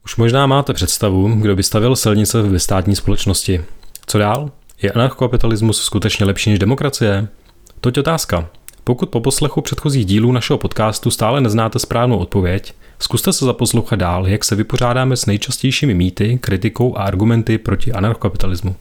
Už možná máte představu, kdo by stavěl silnice ve státní společnosti. Co dál? Je anarchokapitalismus skutečně lepší než demokracie? Toť otázka. Pokud po poslechu předchozích dílů našeho podcastu stále neznáte správnou odpověď, zkuste se zaposlouchat dál, jak se vypořádáme s nejčastějšími mýty, kritikou a argumenty proti anarchokapitalismu.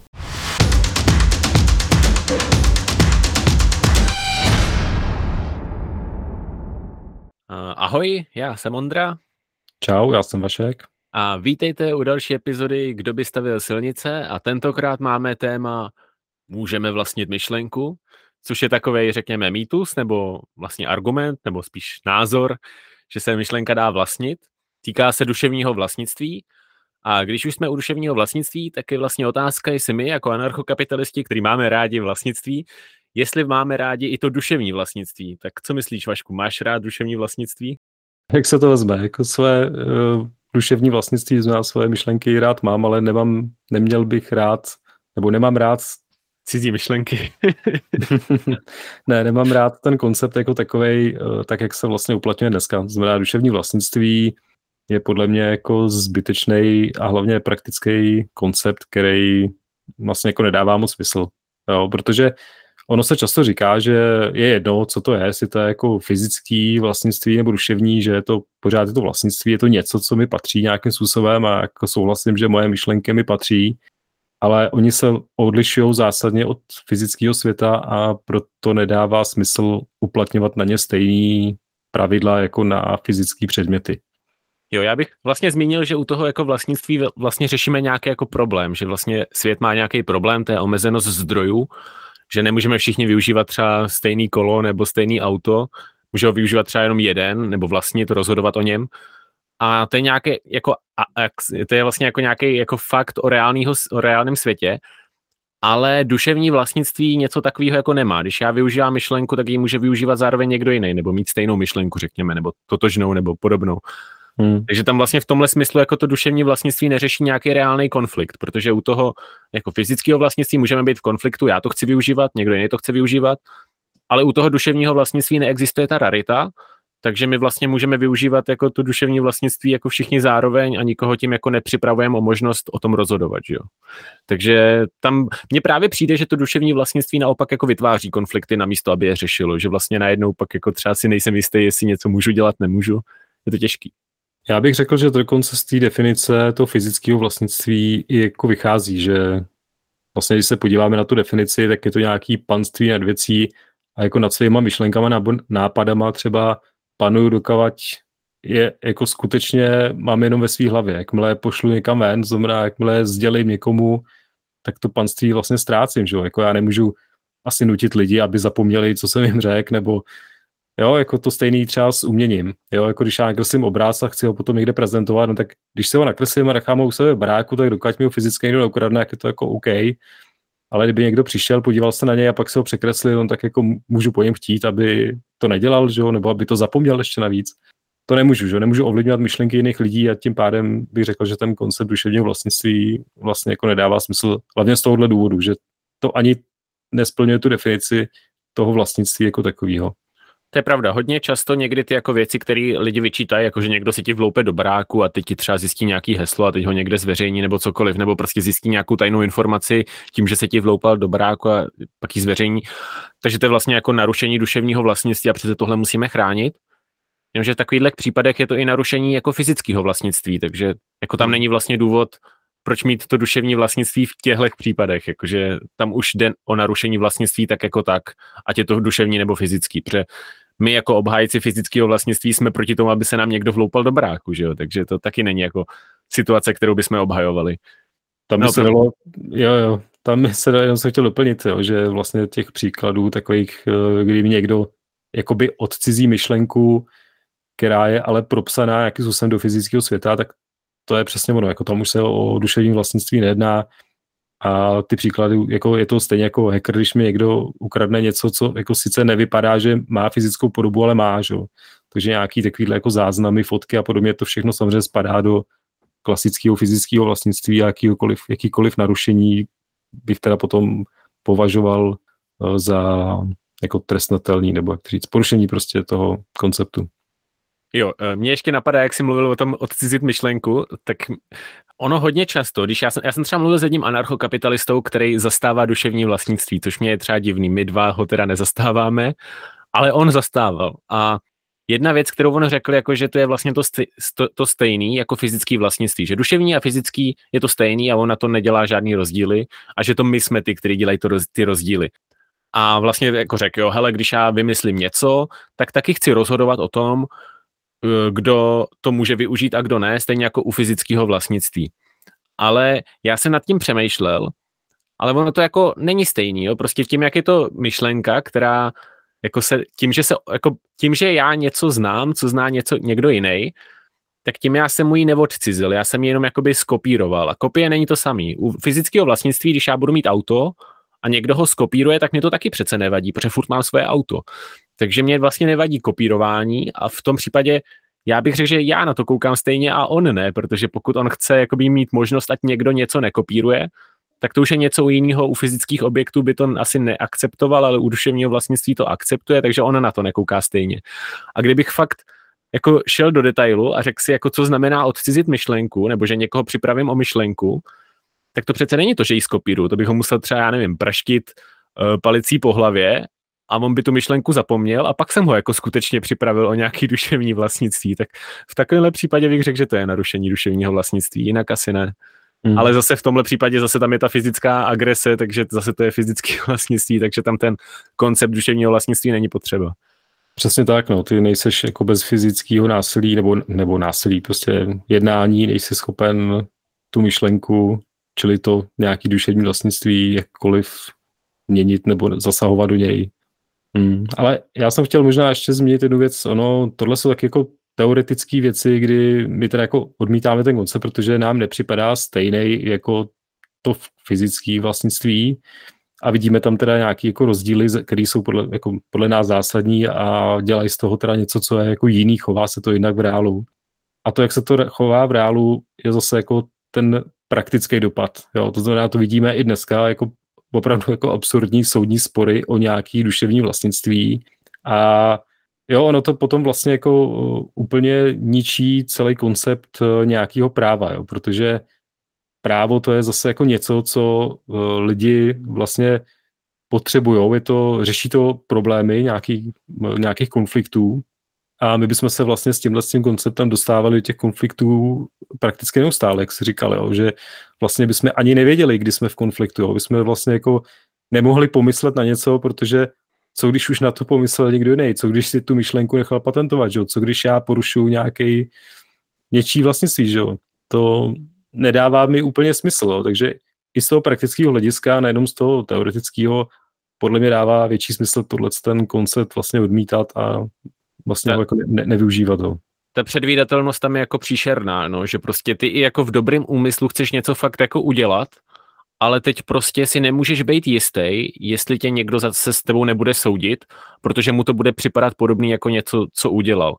Ahoj, já jsem Ondra. Čau, já jsem Vašek. A vítejte u další epizody Kdo by stavěl silnice a tentokrát máme téma Můžeme vlastnit myšlenku, což je takovej, řekněme, mýtus nebo vlastně argument, nebo spíš názor, že se myšlenka dá vlastnit. Týká se duševního vlastnictví a když už jsme u duševního vlastnictví, tak je vlastně otázka, jestli my jako anarchokapitalisti, který máme rádi vlastnictví, jestli máme rádi i to duševní vlastnictví. Tak co myslíš, Vašku, máš rád duševní vlastnictví? Jak se to vezme? Jako své duševní vlastnictví znamená svoje myšlenky rád mám, ale neměl bych rád, nebo nemám rád cizí myšlenky. Ne, nemám rád ten koncept jako takovej, tak jak se vlastně uplatňuje dneska. Znamená, duševní vlastnictví je podle mě jako zbytečný a hlavně praktický koncept, který vlastně jako nedává moc smysl. Jo, protože ono se často říká, že je jedno, co to je, jestli to je jako fyzický vlastnictví nebo duševní, že je to pořád je to vlastnictví, je to něco, co mi patří nějakým způsobem a jako souhlasím, že moje myšlenky mi patří, ale oni se odlišují zásadně od fyzického světa a proto nedává smysl uplatňovat na ně stejný pravidla jako na fyzické předměty. Jo, já bych vlastně zmínil, že u toho jako vlastnictví vlastně řešíme nějaký jako problém, že vlastně svět má nějaký problém, to je omezenost zdrojů, že nemůžeme všichni využívat třeba stejný kolo nebo stejný auto, může ho využívat třeba jenom jeden, nebo vlastně to rozhodovat o něm. A to je nějaké jako to je vlastně jako nějaký jako fakt o reálném světě, ale duševní vlastnictví něco takového jako nemá. Když já využívám myšlenku, tak ji může využívat zároveň někdo jiný, nebo mít stejnou myšlenku, řekněme, nebo totožnou, nebo podobnou. Takže tam vlastně v tomhle smyslu jako to duševní vlastnictví neřeší nějaký reálný konflikt, protože u toho jako fyzického vlastnictví můžeme být v konfliktu, já to chci využívat, někdo jiný to chce využívat, ale u toho duševního vlastnictví neexistuje ta rarita, takže my vlastně můžeme využívat jako to duševní vlastnictví jako všichni zároveň a nikoho tím jako nepřipravujeme o možnost o tom rozhodovat, že jo. Takže tam mně právě přijde, že to duševní vlastnictví naopak jako vytváří konflikty namísto, aby je řešilo, že vlastně najednou pak jako třeba si nejsem jistý, jestli něco můžu dělat, nemůžu, je to těžký. Já bych řekl, že dokonce z té definice toho fyzického vlastnictví i jako vychází, že vlastně, když se podíváme na tu definici, tak je to nějaký panství nad věcí a jako nad svýma myšlenkama nebo nápadama třeba panuju dokavať je jako skutečně mám jenom ve své hlavě. Jakmile pošlu někam ven, znamená, jakmile sdělím někomu, tak to panství vlastně ztrácím, že jo? Jako já nemůžu asi nutit lidi, aby zapomněli, co jsem jim řekl, nebo jo, jako to stejný třeba s uměním. Jo, jako když já nakreslím obráz a chci ho potom někde prezentovat, no tak když se ho nakreslím a nechám ho u sebe v baráku, tak dokud mi ho fyzicky někdo neukradne, jak je to jako OK. Ale kdyby někdo přišel, podíval se na něj a pak se ho překreslil, tak jako můžu po něm chtít, aby to nedělal, že jo, nebo aby to zapomněl ještě navíc. To nemůžu, že jo, nemůžu ovlivňovat myšlenky jiných lidí a tím pádem bych řekl, že ten koncept duševního vlastnictví vlastně jako nedává smysl, hlavně z tohohle důvodu, že to ani nesplňuje tu definici toho vlastnictví jako takového. To je pravda, hodně často někdy ty jako věci, které lidi vyčítají, jako že někdo si ti vloupe do baráku a teď ti třeba zjistí nějaký heslo a teď ho někde zveřejní nebo cokoliv, nebo prostě zjistí nějakou tajnou informaci tím, že se ti vloupal do baráku a pak ji zveřejní. Takže to je vlastně jako narušení duševního vlastnictví a přece tohle musíme chránit. Jenomže v takovýchhle případech je to i narušení jako fyzického vlastnictví, takže jako tam není vlastně důvod, proč mít to duševní vlastnictví v těchto případech, jakože tam už jde o narušení vlastnictví tak jako tak, ať je to duševní nebo fyzický, protože my jako obhájci fyzického vlastnictví jsme proti tomu, aby se nám někdo vloupal do baráku, že jo, takže to taky není jako situace, kterou bychom obhajovali. Tam by se dalo, tam se jenom se chtěl doplnit, jo, že vlastně těch příkladů takových, kdy někdo jakoby odcizí myšlenku, která je ale propsaná jakým způsobem do fyzického světa, tak to je přesně ono, jako tam už se o duševním vlastnictví nejedná a ty příklady, jako je to stejně jako hacker, když mi někdo ukradne něco, co jako sice nevypadá, že má fyzickou podobu, ale má, že? Takže nějaký takovýhle jako záznamy, fotky a podobně, to všechno samozřejmě spadá do klasického fyzického vlastnictví a jakýkoliv narušení bych teda potom považoval za jako trestnatelný, nebo jak říct, porušení prostě toho konceptu. Jo, mě ještě napadá, jak jsi mluvil o tom odcizit myšlenku, tak ono hodně často, když já jsem třeba mluvil s jedním anarchokapitalistou, který zastává duševní vlastnictví, což mě je třeba divný, my dva ho teda nezastáváme, ale on zastával. A jedna věc, kterou on řekl, jako že to je vlastně to stejný jako fyzický vlastnictví, že duševní a fyzický je to stejný a on na to nedělá žádný rozdíly a že to my jsme ty, kteří dělají ty rozdíly. A vlastně jako řekl, jo, hele, když já vymyslím něco, tak taky chci rozhodovat o tom, kdo to může využít a kdo ne, stejně jako u fyzického vlastnictví. Ale já jsem nad tím přemýšlel, ale ono to jako není stejný, jo? Prostě tím, jak je to myšlenka, která jako tím, že já něco znám, co zná někdo jiný, tak tím já jsem mu ji neodcizil, já jsem ji jenom jakoby skopíroval. A kopie není to samý. U fyzického vlastnictví, když já budu mít auto a někdo ho skopíruje, tak mě to taky přece nevadí, protože furt mám svoje auto. Takže mě vlastně nevadí kopírování a v tom případě já bych řekl, že já na to koukám stejně a on ne, protože pokud on chce jakoby mít možnost, ať někdo něco nekopíruje, tak to už je něco jiného. U fyzických objektů by to asi neakceptoval, ale u duševního vlastnictví to akceptuje, takže on na to nekouká stejně. A kdybych fakt jako šel do detailu a řekl si, jako co znamená odcizit myšlenku, nebo že někoho připravím o myšlenku, tak to přece není to, že ji skopíruju. To bych ho musel třeba, já nevím, praštit palicí po hlavě a on by tu myšlenku zapomněl a pak jsem ho jako skutečně připravil o nějaký duševní vlastnictví. Tak v takovémhle případě bych řekl, že to je narušení duševního vlastnictví, jinak asi ne. Ale zase v tomhle případě zase tam je ta fyzická agrese, takže zase to je fyzické vlastnictví, takže tam ten koncept duševního vlastnictví není potřeba. Přesně tak, no, ty nejseš jako bez fyzického násilí nebo násilí, prostě jednání, nejsi schopen tu myšlenku, čili to nějaký duševní vlastnictví jakkoliv měnit nebo zasahovat do něj. Ale já jsem chtěl možná ještě zmínit jednu věc, tohle jsou taky jako teoretické věci, kdy my teda jako odmítáme ten koncept, protože nám nepřipadá stejný jako to fyzické vlastnictví a vidíme tam teda nějaké jako rozdíly, které jsou podle nás zásadní a dělají z toho teda něco, co je jako jiný, chová se to jinak v reálu. A to, jak se to chová v reálu, je zase jako ten praktický dopad. Jo? To znamená, to vidíme i dneska, jako opravdu jako absurdní soudní spory o nějaký duševní vlastnictví a jo, ono to potom vlastně jako úplně ničí celý koncept nějakého práva, jo, protože právo to je zase jako něco, co lidi vlastně potřebujou, řeší to problémy nějakých konfliktů a my bychom se vlastně s tím konceptem dostávali do těch konfliktů prakticky neustále, jak jsi říkal, jo, že vlastně bychom ani nevěděli, kdy jsme v konfliktu, jo, bychom vlastně jako nemohli pomyslet na něco, protože co když už na to pomyslel někdo jiný, co když si tu myšlenku nechal patentovat, že? Co když já porušuju něčí vlastnictví, že? To nedává mi úplně smysl, jo? Takže i z toho praktického hlediska, nejenom z toho teoretického, podle mě dává větší smysl ten koncept vlastně odmítat a vlastně ho jako nevyužívat. Jo? Ta předvídatelnost tam je jako příšerná, no? Že prostě ty i jako v dobrým úmyslu chceš něco fakt jako udělat, ale teď prostě si nemůžeš být jistý, jestli tě někdo zase s tebou nebude soudit, protože mu to bude připadat podobný jako něco, co udělal.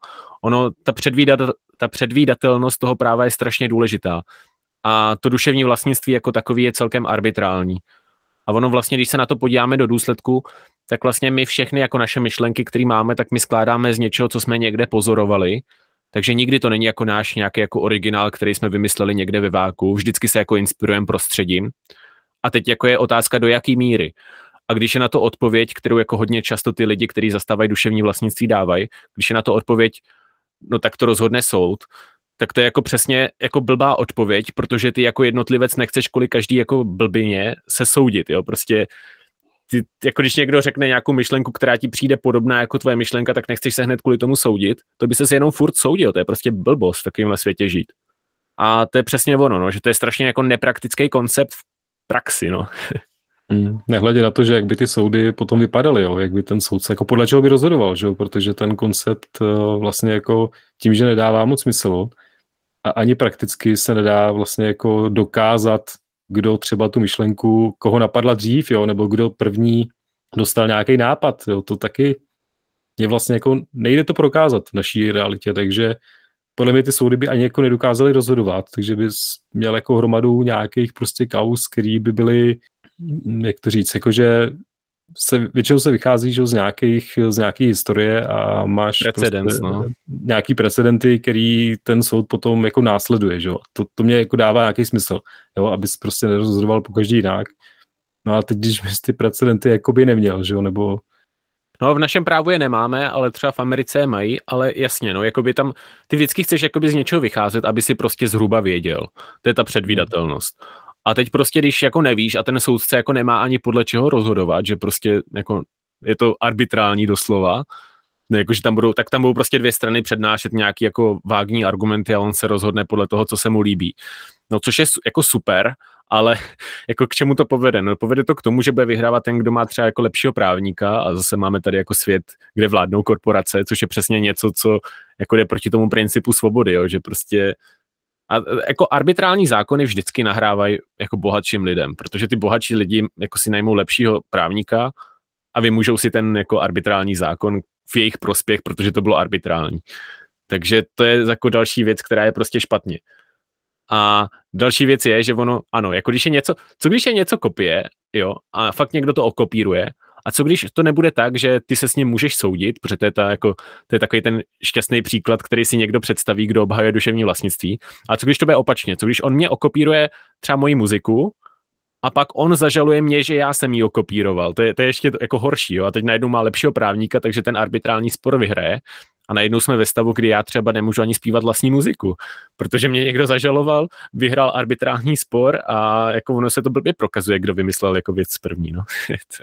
Ta předvídatelnost toho práva je strašně důležitá. A to duševní vlastnictví jako takový je celkem arbitrální. A ono vlastně, když se na to podíváme do důsledku, tak vlastně my všechny jako naše myšlenky, které máme, tak my skládáme z něčeho, co jsme někde pozorovali. Takže nikdy to není jako náš nějaký jako originál, který jsme vymysleli někde ve váku. Vždycky se jako inspirujeme prostředím. A teď jako je otázka, do jaký míry. A když je na to odpověď, kterou jako hodně často ty lidi, kteří zastávají duševní vlastnictví, dávají, když je na to odpověď, no tak to rozhodne soud, tak to je jako přesně jako blbá odpověď, protože ty jako jednotlivec nechceš kvůli každý jako blbině se soudit, jo, prostě ty, jako když někdo řekne nějakou myšlenku, která ti přijde podobná jako tvoje myšlenka, tak nechceš se hned kvůli tomu soudit, to by se jenom furt soudil, to je prostě blbost v takovémhle světě žít. A to je přesně ono, no, že to je strašně jako nepraktický koncept v praxi, no. Nehledě na to, že jak by ty soudy potom vypadaly, jo, jak by ten soudce, jako podle čeho by rozhodoval, že jo, protože ten koncept vlastně jako tím, že nedává moc smysl a ani prakticky se nedá vlastně jako dokázat, kdo třeba tu myšlenku, koho napadla dřív, jo, nebo kdo první dostal nějaký nápad, jo, to taky je vlastně jako nejde to prokázat v naší realitě, takže podle mě ty soudy by ani jako nedokázali rozhodovat, takže bys měl jako hromadu nějakých prostě kauz, který by byly, jak to říct, jakože většinou se vychází, že z nějaké historie a máš precedens, prostě nějaký precedenty, který ten soud potom jako následuje, že? To mě jako dává nějaký smysl, jo? Abys prostě nerozhodoval po každý jinak. No a teď, když bys ty precedenty jakoby neměl, že jo, nebo... No v našem právu je nemáme, ale třeba v Americe je mají, ale jasně, no jakoby tam, ty vždycky chceš jakoby z něčeho vycházet, aby si prostě zhruba věděl. To je ta předvídatelnost. A teď prostě, když jako nevíš a ten soudce jako nemá ani podle čeho rozhodovat, že prostě jako je to arbitrální doslova, ne, jako, že tam budou prostě dvě strany přednášet nějaký jako vágní argumenty a on se rozhodne podle toho, co se mu líbí. No což je jako super, ale jako k čemu to povede? No povede to k tomu, že bude vyhrávat ten, kdo má třeba jako lepšího právníka a zase máme tady jako svět, kde vládnou korporace, což je přesně něco, co jako jde proti tomu principu svobody, jo, že prostě a jako arbitrální zákony vždycky nahrávají jako bohatším lidem, protože ty bohatší lidi jako si najmou lepšího právníka a vymůžou si ten jako arbitrální zákon v jejich prospěch, protože to bylo arbitrální. Takže to je jako další věc, která je prostě špatně. A další věc je, že ono, ano, jako když je něco kopie, jo, a fakt někdo to okopíruje, a co když to nebude tak, že ty se s ním můžeš soudit, protože to je takový ten šťastný příklad, který si někdo představí, kdo obhajuje duševní vlastnictví. A co když to bude opačně? Co když on mě okopíruje třeba moji muziku a pak on zažaluje mě, že já jsem ji okopíroval. To je ještě jako horší, jo. A teď najednou má lepšího právníka, takže ten arbitrální spor vyhraje. A najednou jsme ve stavu, kdy já třeba nemůžu ani zpívat vlastní muziku, protože mě někdo zažaloval, vyhrál arbitrální spor a jako ono se to blbě prokazuje, kdo vymyslel jako věc první, no.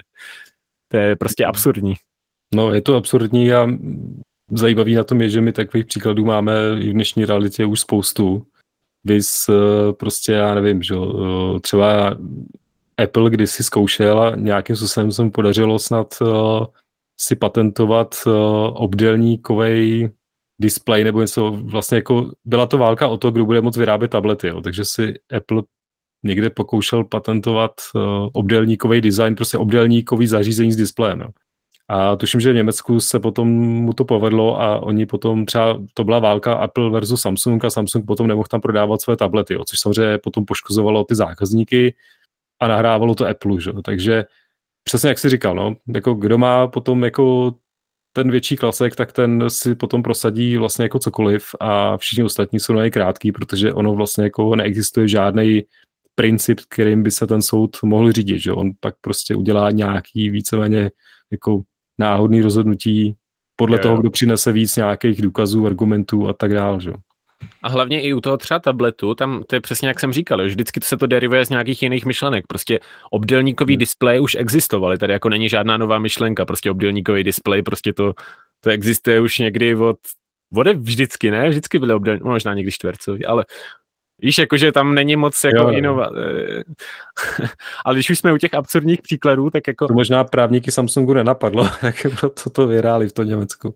To je prostě absurdní. No, je to absurdní a zajímavý na tom je, že my takových příkladů máme i v dnešní realitě už spoustu. Vys prostě, já nevím, že třeba Apple kdysi zkoušel a nějakým způsobem se mu podařilo snad si patentovat obdélníkovej display nebo něco, vlastně jako byla to válka o to, kdo bude moct vyrábět tablety, jo. Takže si Apple někde pokoušel patentovat obdélníkový design, prostě obdélníkový zařízení s displejem. Jo. A tuším, že v Německu se potom mu to povedlo a oni potom třeba, to byla válka Apple versus Samsung a Samsung potom nemohl tam prodávat své tablety, jo, což samozřejmě potom poškozovalo ty zákazníky a nahrávalo to Apple, že? Takže přesně jak jsi říkal, no, jako kdo má potom jako ten větší klasek, tak ten si potom prosadí vlastně jako cokoliv a všichni ostatní jsou krátký, protože ono vlastně jako neexistuje žádný princip, kterým by se ten soud mohl řídit, že on pak prostě udělá nějaký víceméně jako náhodný rozhodnutí podle toho, kdo přinese víc nějakých důkazů, argumentů a tak dále, že. A hlavně i u toho třeba tabletu, tam to je přesně jak jsem říkal, že vždycky se to derivuje z nějakých jiných myšlenek. Prostě obdélníkový displej už existovaly, tady jako není žádná nová myšlenka, prostě obdélníkový displej, prostě to existuje už někdy od vždycky, ne? Vždycky byly obdélníkový, možná někdy čtvercový, ale víš, jakože tam není moc jako inovat. Ale když už jsme u těch absurdních příkladů, tak jako... To možná právníky Samsungu nenapadlo, tak proto to vyhráli v tom Německu.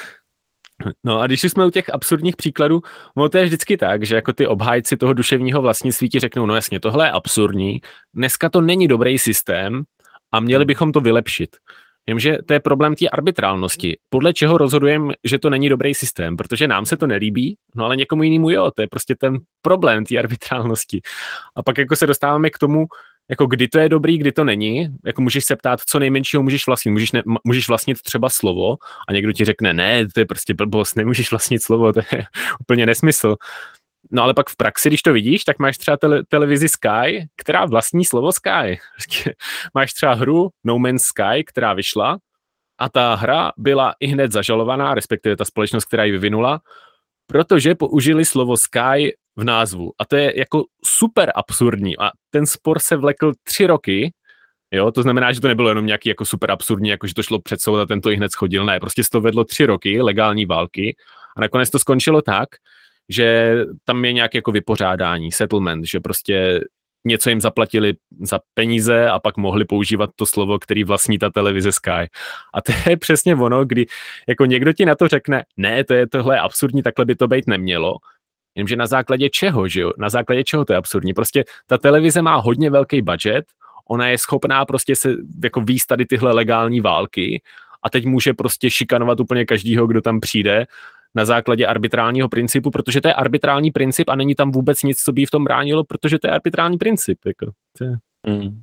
No a když jsme u těch absurdních příkladů, no to je vždycky tak, že jako ty obhájci toho duševního vlastnictví ti řeknou, no jasně, tohle je absurdní, dneska to není dobrý systém a měli bychom to vylepšit. Jenže to je problém té arbitrálnosti. Podle čeho rozhodujeme, že to není dobrý systém, protože nám se to nelíbí, no ale někomu jinému jo, to je prostě ten problém té arbitrálnosti. A pak jako se dostáváme k tomu, jako kdy to je dobrý, kdy to není, jako můžeš se ptát, co nejmenšího můžeš vlastnit, můžeš vlastnit třeba slovo a někdo ti řekne, ne, to je prostě blbost, nemůžeš vlastnit slovo, to je úplně nesmysl. No ale pak v praxi, když to vidíš, tak máš třeba televizi Sky, která vlastní slovo Sky. Máš třeba hru No Man's Sky, která vyšla a ta hra byla i hned zažalovaná, respektive ta společnost, která ji vyvinula, protože použili slovo Sky v názvu. A to je jako super absurdní. A ten spor se vlekl 3 roky, jo, to znamená, že to nebylo jenom nějaký jako super absurdní, jako že to šlo před soud a ten to i hned schodil. Ne, prostě se to vedlo 3 roky legální války a nakonec to skončilo tak, že tam je nějaké jako vypořádání, settlement, že prostě něco jim zaplatili za peníze a pak mohli používat to slovo, který vlastní ta televize Sky. A to je přesně ono, kdy jako někdo ti na to řekne, ne, tohle je absurdní, takhle by to být nemělo. Jenomže na základě čeho, že jo? Na základě čeho to je absurdní? Prostě ta televize má hodně velký budget, ona je schopná prostě se jako víc tady tyhle legální války a teď může prostě šikanovat úplně každýho, kdo tam přijde na základě arbitrálního principu, protože to je arbitrální princip a není tam vůbec nic, co by v tom bránilo, protože to je arbitrální princip. Jako.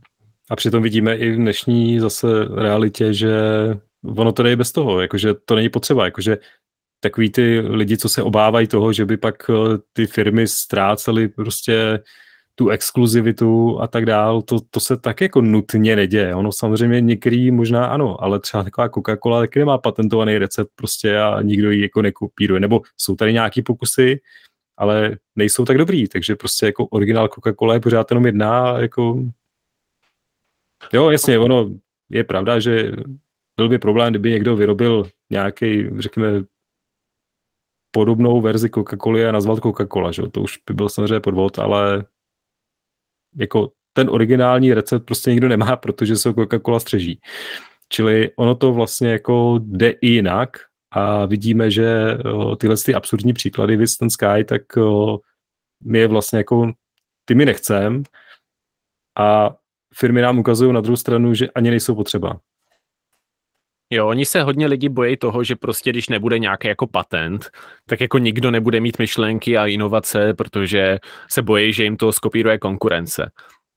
A přitom vidíme i v dnešní zase realitě, že ono to nejde bez toho, jakože to není potřeba, jakože takový ty lidi, co se obávají toho, že by pak ty firmy ztrácely prostě tu exkluzivitu a tak dál, to se tak jako nutně neděje. Ono samozřejmě některý možná ano, ale třeba taková Coca-Cola taky nemá patentovaný recept prostě a nikdo ji jako nekopíruje. Nebo jsou tady nějaký pokusy, ale nejsou tak dobrý, takže prostě jako originál Coca-Cola je pořád jenom jedna, jako jo, jasně, ono je pravda, že byl by problém, kdyby někdo vyrobil nějaký, řekněme, podobnou verzi Coca-Coly a nazval Coca-Cola, že? To už by byl samozřejmě podvod, ale jako ten originální recept prostě nikdo nemá, protože se Coca-Cola střeží. Čili ono to vlastně jako jde i jinak a vidíme, že tyhle ty absurdní příklady With ten Sky, tak my je vlastně jako ty my nechcem a firmy nám ukazují na druhou stranu, že ani nejsou potřeba. Jo, oni se hodně lidi bojí toho, že prostě když nebude nějaký jako patent, tak jako nikdo nebude mít myšlenky a inovace, protože se bojí, že jim to skopíruje konkurence.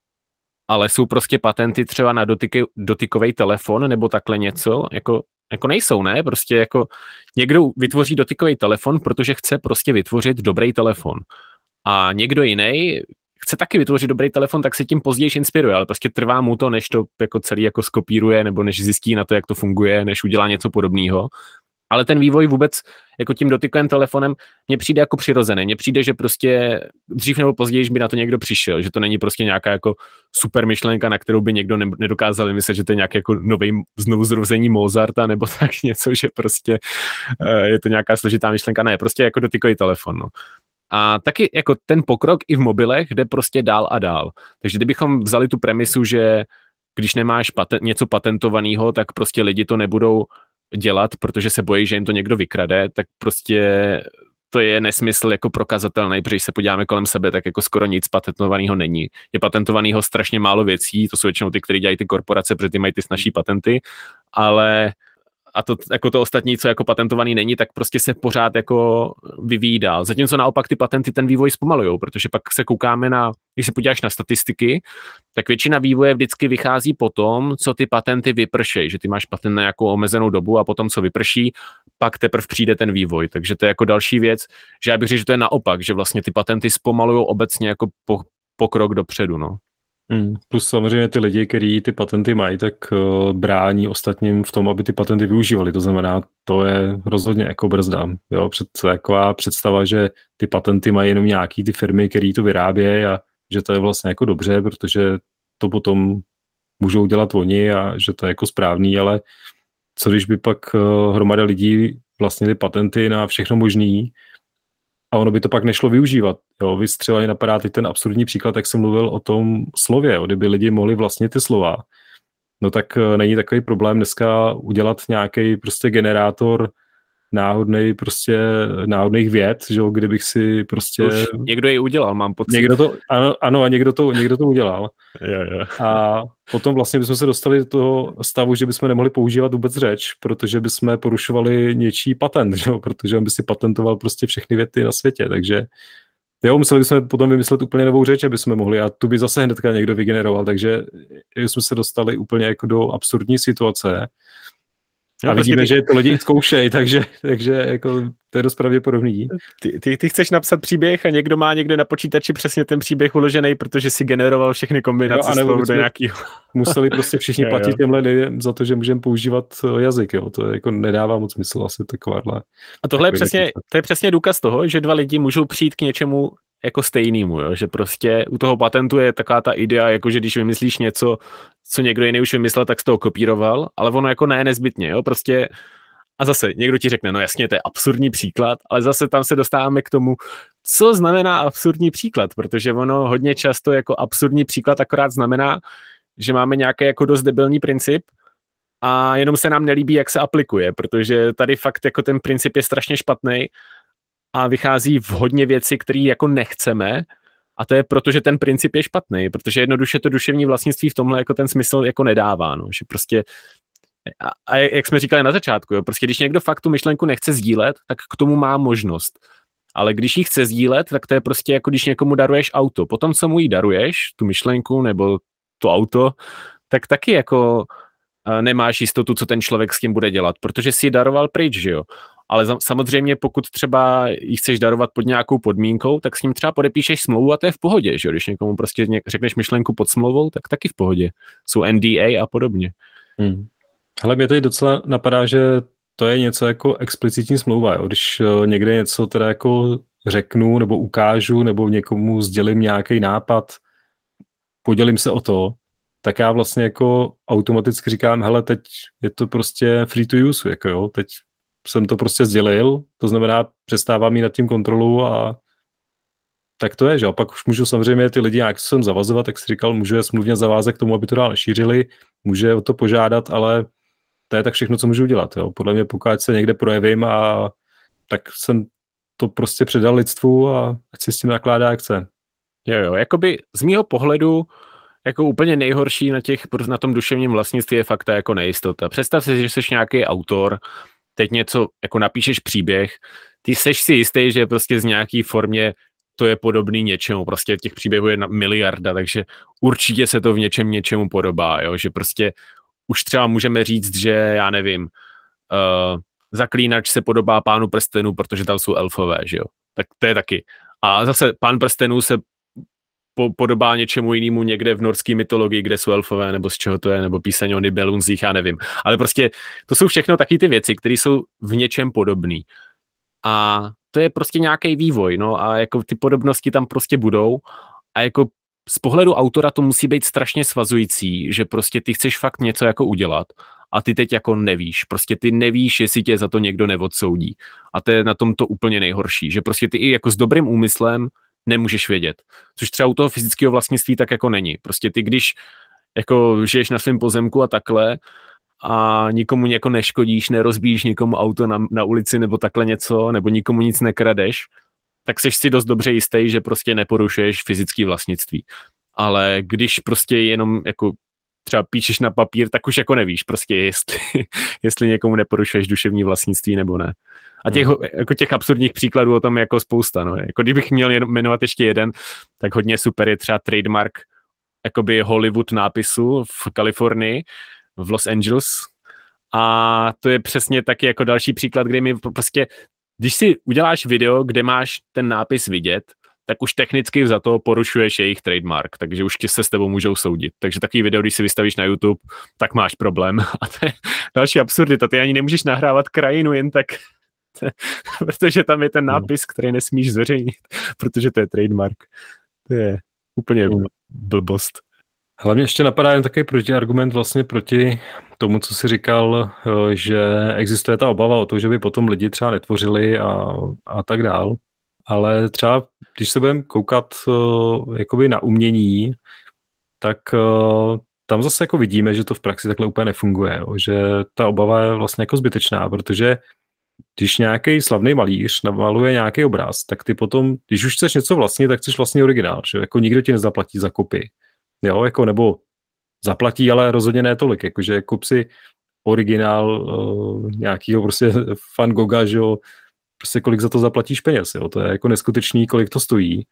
Ale jsou prostě patenty třeba na dotykový telefon nebo takhle něco, jako nejsou, ne? Prostě jako někdo vytvoří dotykový telefon, protože chce prostě vytvořit dobrý telefon. A někdo jiný chce taky vytvořit dobrý telefon, tak se tím později inspiruje, ale prostě trvá mu to, než to jako celý jako skopíruje, nebo než zjistí na to, jak to funguje, než udělá něco podobného. Ale ten vývoj vůbec jako tím dotykovým telefonem mně přijde jako přirozený. Mně přijde, že prostě dřív nebo později by na to někdo přišel, že to není prostě nějaká jako super myšlenka, na kterou by někdo nedokázal vymyslet, že to je nějaký jako nový znovuzrození Mozarta nebo tak něco, že prostě je to nějaká složitá myšlenka. Ne, prostě jako dotykový telefon, no. A taky jako ten pokrok i v mobilech jde prostě dál a dál. Takže kdybychom vzali tu premisu, že když nemáš něco patentovaného, tak prostě lidi to nebudou dělat, protože se bojí, že jim to někdo vykrade, tak prostě to je nesmysl jako prokazatelný, protože když se podíváme kolem sebe, tak jako skoro nic patentovaného není. Je patentovaného strašně málo věcí, to jsou většinou ty, které dělají ty korporace, protože ty mají ty snazší patenty, ale a to, jako to ostatní, co jako patentovaný není, tak prostě se pořád jako vyvíjí dál. Zatímco naopak ty patenty ten vývoj zpomalujou, protože pak se koukáme na, když se podíváš na statistiky, tak většina vývoje vždycky vychází po tom, co ty patenty vypršejí, že ty máš patent na nějakou omezenou dobu a potom, co vyprší, pak teprve přijde ten vývoj. Takže to je jako další věc, že já bych řekl, že to je naopak, že vlastně ty patenty zpomalujou obecně jako pokrok dopředu, no. Plus samozřejmě ty lidi, kteří ty patenty mají, tak brání ostatním v tom, aby ty patenty využívali. To znamená, to je rozhodně jako brzda. Jo? Taková představa, že ty patenty mají jenom nějaký ty firmy, které to vyrábějí a že to je vlastně jako dobře, protože to potom můžou dělat oni a že to je jako správný, ale co když by pak hromada lidí vlastně ty patenty na všechno možný a ono by to pak nešlo využívat. Jo, vystřeleně napadá teď ten absurdní příklad, jak jsem mluvil o tom slově. Kdyby lidi mohli vlastně ty slova, no tak není takový problém dneska udělat nějaký prostě generátor náhodných vět, že jo, kdybych si prostě... Už někdo ji udělal, mám pocit. Ano, a někdo to udělal. Jo. A potom vlastně bychom se dostali do toho stavu, že bychom nemohli používat vůbec řeč, protože bychom porušovali něčí patent, že jo, protože on by si patentoval prostě všechny věty na světě, takže jo, museli bychom potom vymyslet úplně novou řeč, aby jsme mohli a tu by zase hnedka někdo vygeneroval, takže jsme se dostali úplně jako do absurdní situace. A vidíme, že to lidi zkoušejí, takže jako to je dost pravděpodobný. Ty chceš napsat příběh a někdo má někde na počítači přesně ten příběh uložený, protože si generoval všechny kombinace slov do nějakého. Museli prostě všichni platit těmhle lidem za to, že můžeme používat jazyk. Jo. To jako nedává moc smysl asi takováhle. A tohle je přesně důkaz toho, že dva lidi můžou přijít k něčemu jako stejnému, jo? Že prostě u toho patentu je taková ta idea, jako že když vymyslíš něco, co někdo jiný už vymyslel, tak z toho kopíroval, ale ono jako ne nezbytně, jo, prostě a zase někdo ti řekne, no jasně, to je absurdní příklad, ale zase tam se dostáváme k tomu, co znamená absurdní příklad, protože ono hodně často jako absurdní příklad akorát znamená, že máme nějaký jako dost debilní princip a jenom se nám nelíbí, jak se aplikuje, protože tady fakt jako ten princip je strašně špatný a vychází v hodně věci, které jako nechceme. A to je proto, že ten princip je špatný, protože jednoduše to duševní vlastnictví v tomhle jako ten smysl jako nedává, no, že prostě a jak jsme říkali na začátku, jo, prostě když někdo fakt tu myšlenku nechce sdílet, tak k tomu má možnost. Ale když ji chce sdílet, tak to je prostě jako když někomu daruješ auto. Potom, co mu ji daruješ, tu myšlenku nebo to auto, tak taky jako nemáš jistotu, co ten člověk s tím bude dělat, protože si ji daroval pryč, že jo. Ale samozřejmě pokud třeba ji chceš darovat pod nějakou podmínkou, tak s ním třeba podepíšeš smlouvu a to je v pohodě, že jo. Když někomu prostě řekneš myšlenku pod smlouvou, tak taky v pohodě. Jsou NDA a podobně. Hele, mě tady docela napadá, že to je něco jako explicitní smlouva, jo. Když někde něco teda jako řeknu nebo ukážu nebo někomu sdělím nějaký nápad, podělím se o to, tak já vlastně jako automaticky říkám, hele, teď je to prostě free to use, jako jo, teď jsem to prostě sdělil, to znamená, přestávám mít nad tím kontrolu a tak to je, že a pak už můžu samozřejmě ty lidi nějak sem zavazovat, tak si říkal, můžu je smluvně zavázat k tomu, aby to dál nešířili, může o to požádat, ale to je tak všechno, co můžu dělat, jo. Podle mě, pokud se někde projevím a tak jsem to prostě předal lidstvu a ať si s tím nakládá, jak chce. Jo, jakoby z mýho pohledu jako úplně nejhorší na tom duševním vlastnictví je fakt ta jako nejistota. Představ si, že jsi nějaký autor, teď něco, jako napíšeš příběh, ty seš si jistý, že prostě z nějaký formě to je podobný něčemu, prostě těch příběhů je miliarda, takže určitě se to v něčemu podobá, jo, že prostě už třeba můžeme říct, že já nevím, Zaklínač se podobá Pánu prstenů, protože tam jsou elfové, že jo, tak to je taky. A zase Pán prstenů se podobá něčemu jinému někde v norské mytologii, kde jsou elfové, nebo z čeho to je, nebo píseň o Nibelunzích, já nevím. Ale prostě to jsou všechno taky ty věci, které jsou v něčem podobný. A to je prostě nějaký vývoj, no a jako ty podobnosti tam prostě budou a jako z pohledu autora to musí být strašně svazující, že prostě ty chceš fakt něco jako udělat a ty teď jako nevíš. Prostě ty nevíš, jestli tě za to někdo neodsoudí. A to je na tom to úplně nejhorší, že prostě ty i jako s dobrým úmyslem nemůžeš vědět. Což třeba u toho fyzického vlastnictví tak jako není. Prostě ty, když jako žiješ na svém pozemku a takhle a nikomu jako neškodíš, nerozbíjíš nikomu auto na ulici nebo takhle něco, nebo nikomu nic nekradeš, tak seš si dost dobře jistý, že prostě neporušuješ fyzické vlastnictví. Ale když prostě jenom jako třeba píšeš na papír, tak už jako nevíš prostě, jestli někomu neporušuješ duševní vlastnictví nebo ne. A těch absurdních příkladů o tom je jako spousta. No. Jako kdybych měl jmenovat ještě jeden, tak hodně super je třeba trademark jakoby Hollywood nápisu v Kalifornii, v Los Angeles. A to je přesně taky jako další příklad, kde mi prostě, když si uděláš video, kde máš ten nápis vidět, tak už technicky za to porušuješ jejich trademark, takže už se s tebou můžou soudit. Takže takový video, když si vystavíš na YouTube, tak máš problém. A to je další absurdita. Ty ani nemůžeš nahrávat krajinu jen tak, protože tam je ten nápis, který nesmíš zveřejnit, protože to je trademark. To je úplně blbost. Hlavně ještě napadá jen takový protiargument vlastně proti tomu, co jsi říkal, že existuje ta obava o to, že by potom lidi třeba netvořili a tak dál. Ale třeba, když se budeme koukat jakoby na umění, tak tam zase jako vidíme, že to v praxi takhle úplně nefunguje. Jo? Že ta obava je vlastně jako zbytečná, protože když nějaký slavný malíř namaluje nějaký obraz, tak ty potom, když už chceš něco vlastnit, tak chceš vlastně originál, že jako nikdo ti nezaplatí za kopii. Jo, jako nebo zaplatí, ale rozhodně ne tolik, jakože kup si originál nějakýho prostě Van Gogha, že jo, prostě kolik za to zaplatíš peněz, jo, to je jako neskutečný, kolik to stojí.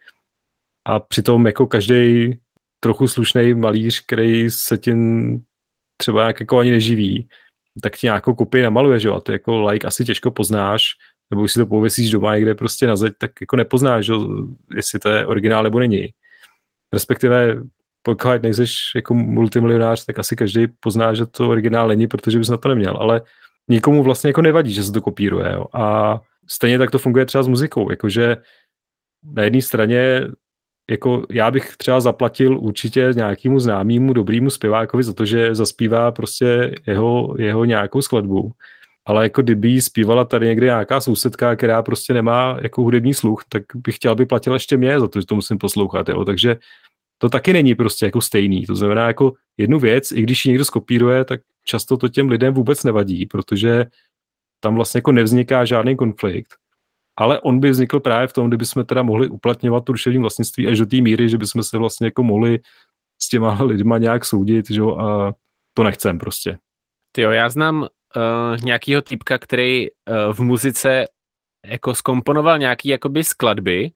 A přitom jako každý trochu slušný malíř, který se tím třeba jako ani neživí, tak ti nějakou kopii namaluje, že jo, a ty jako like asi těžko poznáš, nebo když si to pověsíš doma někde prostě na zeď, tak jako nepoznáš, že, jestli to je originál nebo není. Respektive pokud nejseš jako multimilionář, tak asi každý pozná, že to originál není, protože bys na to neměl, ale nikomu vlastně jako nevadí, že se to kopíruje. Jo. A stejně tak to funguje třeba s muzikou, jakože na jedné straně jako já bych třeba zaplatil určitě nějakému známému dobrýmu zpěvákovi za to, že zaspívá prostě jeho nějakou skladbu, ale jako kdyby zpívala tady někde nějaká sousedka, která prostě nemá jako hudební sluch, tak bych chtěl, aby platila ještě mě za to, že to musím poslouchat, jo. Takže to taky není prostě jako stejný. To znamená jako jednu věc, i když ji někdo skopíruje, tak často to těm lidem vůbec nevadí, protože tam vlastně jako nevzniká žádný konflikt. Ale on by vznikl právě v tom, kdyby jsme teda mohli uplatňovat to duševní vlastnictví až do té míry, že bychom se vlastně jako mohli s těma lidma nějak soudit, že jo, a to nechcem prostě. Tyjo, já znám nějakýho týpka, který v muzice jako zkomponoval nějaký jakoby skladby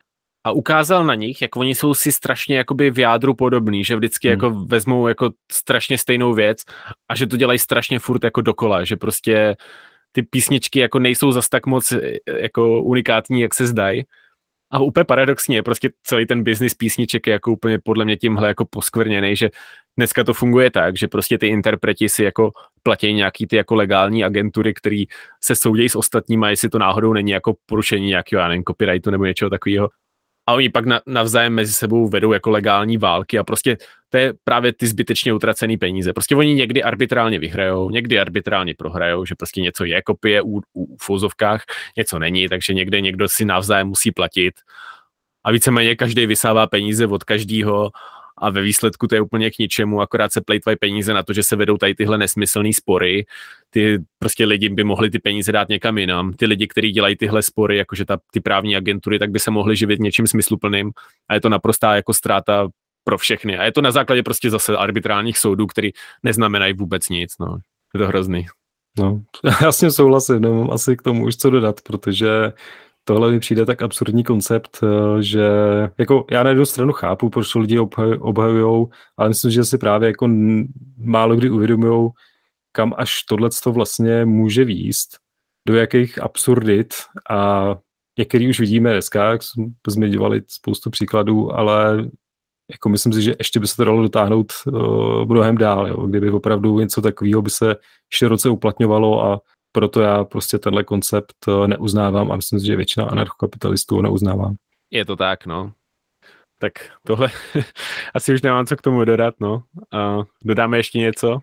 a ukázal na nich, jak oni jsou si strašně jakoby v jádru podobný, že vždycky jako vezmou jako strašně stejnou věc a že to dělají strašně furt jako dokola, že prostě ty písničky jako nejsou zas tak moc jako unikátní, jak se zdají. A úplně paradoxně, prostě celý ten business písniček je jako úplně podle mě tímhle jako poskvrněnej, že dneska to funguje tak, že prostě ty interpreti si jako platí nějaký ty jako legální agentury, který se soudějí s ostatníma, jestli to náhodou není jako porušení nějakého, já nevím, copyrightu nebo něčeho takového. A oni pak navzájem mezi sebou vedou jako legální války a prostě to je právě ty zbytečně utracený peníze. Prostě oni někdy arbitrálně vyhrajou, někdy arbitrálně prohrajou, že prostě něco je kopie v fouzovkách, něco není, takže někde někdo si navzájem musí platit. A víceméně každý vysává peníze od každého a ve výsledku to je úplně k ničemu, akorát se plejtvají peníze na to, že se vedou tady tyhle nesmyslné spory. Ty prostě lidi by mohli ty peníze dát někam jinam. Ty lidi, kteří dělají tyhle spory, jakože ty právní agentury, tak by se mohli živit něčím smysluplným a je to naprostá jako ztráta pro všechny. A je to na základě prostě zase arbitrálních soudů, který neznamenají vůbec nic. No. Je to hrozný. No, já s tím souhlasím, nemám asi k tomu už co dodat, protože tohle mi přijde tak absurdní koncept, že jako já na jednu stranu chápu, proč to lidi obhajujou, ale myslím, že si právě jako málo kdy uvědomujou, kam až tohleto vlastně může vést, do jakých absurdit a některý už vidíme dneska, jak jsme zmiňovali spoustu příkladů, ale jako myslím si, že ještě by se to dalo dotáhnout mnohem dál, jo, kdyby opravdu něco takového by se široce uplatňovalo a proto já prostě tenhle koncept neuznávám a myslím si, že většina anarchokapitalistů neuznává. Je to tak, no. Tak tohle asi už nemám co k tomu dodat, no. Dodáme ještě něco?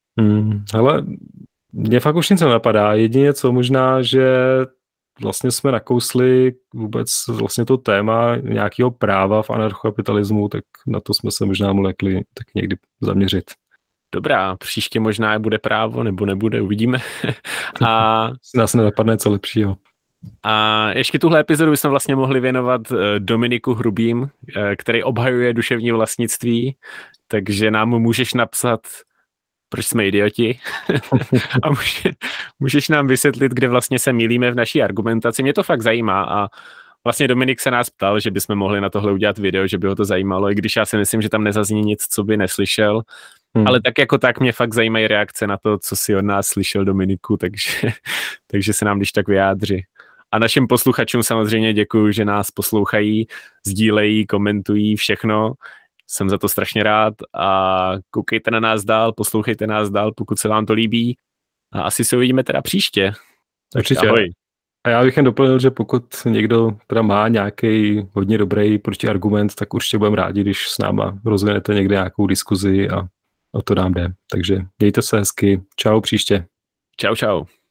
Hele, mě fakt už nic nenapadá. Jedině co možná, že vlastně jsme nakousli vůbec vlastně to téma nějakého práva v anarchokapitalismu, tak na to jsme se možná mohli tak někdy zaměřit. Dobrá, příště možná bude právo, nebo nebude, uvidíme. A nás nenapadne co lepšího. A ještě tuhle epizodu bychom vlastně mohli věnovat Dominiku Hrubým, který obhajuje duševní vlastnictví, takže nám můžeš napsat, proč jsme idioti a můžeš nám vysvětlit, kde vlastně se mýlíme v naší argumentaci. Mě to fakt zajímá a vlastně Dominik se nás ptal, že bychom mohli na tohle udělat video, že by ho to zajímalo, i když já si myslím, že tam nezazní nic, co by neslyšel. Ale tak jako tak mě fakt zajímají reakce na to, co si od nás slyšel Dominiku, takže se nám když tak vyjádří. A našim posluchačům samozřejmě děkuju, že nás poslouchají, sdílejí, komentují všechno. Jsem za to strašně rád a koukejte na nás dál, poslouchejte nás dál, pokud se vám to líbí. A asi se uvidíme teda příště. Určitě. Ahoj. A já bych jen doplnil, že pokud někdo teda má nějaký hodně dobrý protiargument, tak určitě budeme rádi, když s náma rozvinete někde nějakou diskuzi a o to nám jde. Takže mějte se hezky. Čau příště. Čau.